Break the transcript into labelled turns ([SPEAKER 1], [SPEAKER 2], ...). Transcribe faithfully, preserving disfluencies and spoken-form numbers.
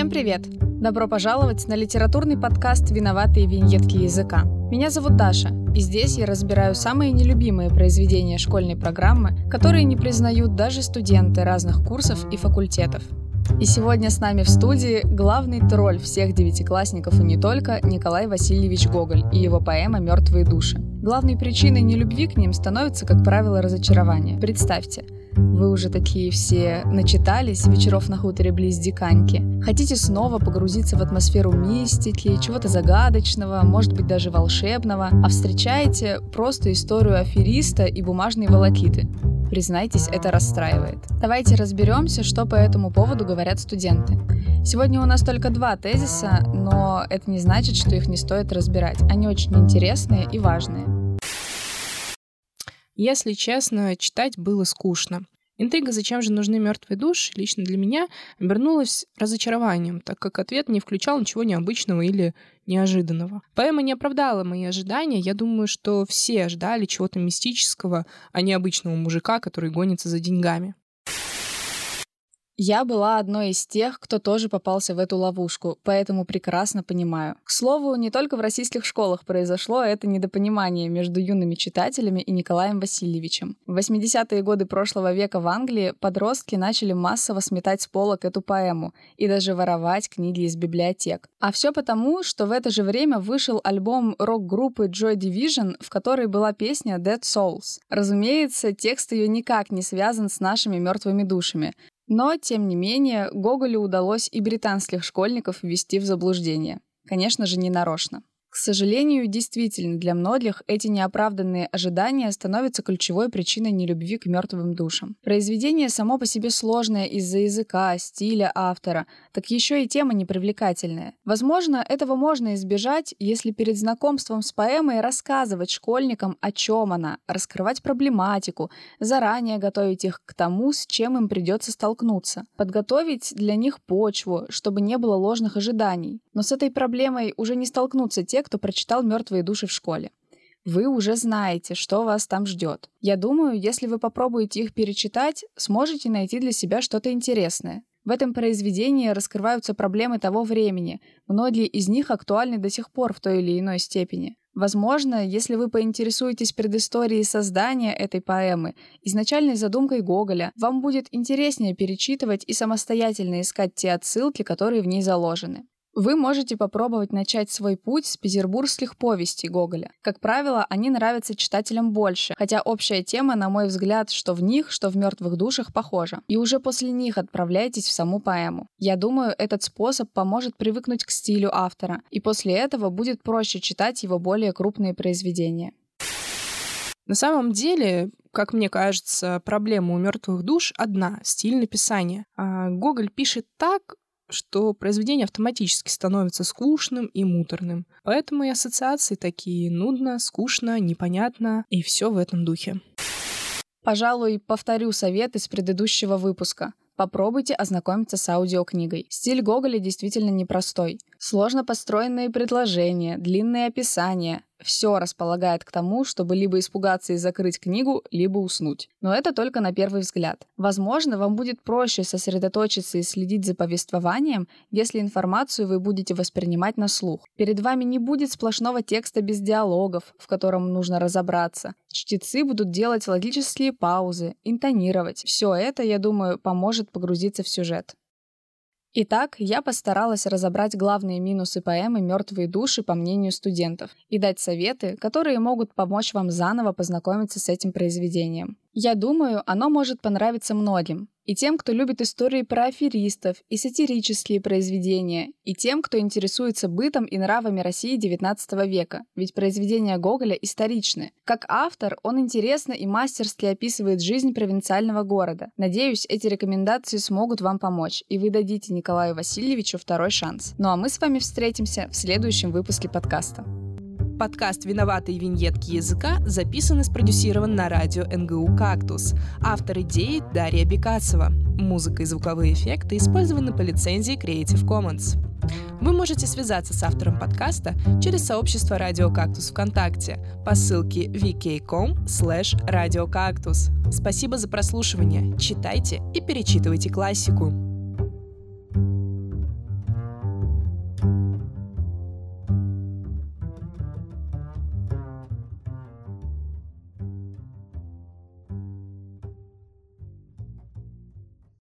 [SPEAKER 1] Всем привет! Добро пожаловать на литературный подкаст «Виноватые виньетки языка». Меня зовут Даша, и здесь я разбираю самые нелюбимые произведения школьной программы, которые не признают даже студенты разных курсов и факультетов. И сегодня с нами в студии главный тролль всех девятиклассников и не только Николай Васильевич Гоголь и его поэма «Мертвые души». Главной причиной нелюбви к ним становится, как правило, разочарование. Представьте, вы уже такие все начитались вечеров на хуторе близ Диканьки. Хотите снова погрузиться в атмосферу мистики, чего-то загадочного, может быть даже волшебного, а встречаете просто историю афериста и бумажной волокиты. Признайтесь, это расстраивает. Давайте разберемся, что по этому поводу говорят студенты. Сегодня у нас только два тезиса, но это не значит, что их не стоит разбирать. Они очень интересные и важные.
[SPEAKER 2] Если честно, читать было скучно. Интрига «Зачем же нужны мертвые души?» лично для меня обернулась разочарованием, так как ответ не включал ничего необычного или неожиданного. Поэма не оправдала мои ожидания. Я думаю, что все ждали чего-то мистического, а не обычного мужика, который гонится за деньгами.
[SPEAKER 1] Я была одной из тех, кто тоже попался в эту ловушку, поэтому прекрасно понимаю. К слову, не только в российских школах произошло это недопонимание между юными читателями и Николаем Васильевичем. В восьмидесятые годы прошлого века в Англии подростки начали массово сметать с полок эту поэму и даже воровать книги из библиотек. А все потому, что в это же время вышел альбом рок-группы Joy Division, в которой была песня Dead Souls. Разумеется, текст ее никак не связан с нашими мертвыми душами. Но, тем не менее, Гоголю удалось и британских школьников ввести в заблуждение. Конечно же, не нарочно. К сожалению, действительно, для многих эти неоправданные ожидания становятся ключевой причиной нелюбви к мертвым душам. Произведение само по себе сложное из-за языка, стиля автора, так еще и тема непривлекательная. Возможно, этого можно избежать, если перед знакомством с поэмой рассказывать школьникам, о чем она, раскрывать проблематику, заранее готовить их к тому, с чем им придется столкнуться, подготовить для них почву, чтобы не было ложных ожиданий. Но с этой проблемой уже не столкнутся те, кто прочитал «Мертвые души» в школе. Вы уже знаете, что вас там ждет. Я думаю, если вы попробуете их перечитать, сможете найти для себя что-то интересное. В этом произведении раскрываются проблемы того времени. Многие из них актуальны до сих пор в той или иной степени. Возможно, если вы поинтересуетесь предысторией создания этой поэмы, изначальной задумкой Гоголя, вам будет интереснее перечитывать и самостоятельно искать те отсылки, которые в ней заложены. Вы можете попробовать начать свой путь с петербургских повестей Гоголя. Как правило, они нравятся читателям больше, хотя общая тема, на мой взгляд, что в них, что в «Мертвых душах» похожа. И уже после них отправляйтесь в саму поэму. Я думаю, этот способ поможет привыкнуть к стилю автора, и после этого будет проще читать его более крупные произведения.
[SPEAKER 2] На самом деле, как мне кажется, проблема у «Мертвых душ» одна — стиль написания. А Гоголь пишет так, что произведение автоматически становится скучным и муторным. Поэтому и ассоциации такие: нудно, скучно, непонятно, и все в этом духе.
[SPEAKER 1] Пожалуй, повторю совет из предыдущего выпуска. Попробуйте ознакомиться с аудиокнигой. Стиль Гоголя действительно непростой. Сложно построенные предложения, длинные описания. Все располагает к тому, чтобы либо испугаться и закрыть книгу, либо уснуть. Но это только на первый взгляд. Возможно, вам будет проще сосредоточиться и следить за повествованием, если информацию вы будете воспринимать на слух. Перед вами не будет сплошного текста без диалогов, в котором нужно разобраться. Чтецы будут делать логические паузы, интонировать. Все это, я думаю, поможет погрузиться в сюжет. Итак, я постаралась разобрать главные минусы поэмы «Мертвые души» по мнению студентов и дать советы, которые могут помочь вам заново познакомиться с этим произведением. Я думаю, оно может понравиться многим. И тем, кто любит истории про аферистов, и сатирические произведения, и тем, кто интересуется бытом и нравами России девятнадцатого века, ведь произведения Гоголя историчны. Как автор, он интересно и мастерски описывает жизнь провинциального города. Надеюсь, эти рекомендации смогут вам помочь, и вы дадите Николаю Васильевичу второй шанс. Ну а мы с вами встретимся в следующем выпуске подкаста.
[SPEAKER 2] Подкаст «Виноватые виньетки языка» записан и спродюсирован на радио эн гэ у «Кактус». Автор идеи — Дарья Бекасова. Музыка и звуковые эффекты использованы по лицензии Creative Commons. Вы можете связаться с автором подкаста через сообщество «Радио Кактус» ВКонтакте по ссылке ви кей точка ком слэш радио кактус. Спасибо за прослушивание. Читайте и перечитывайте классику.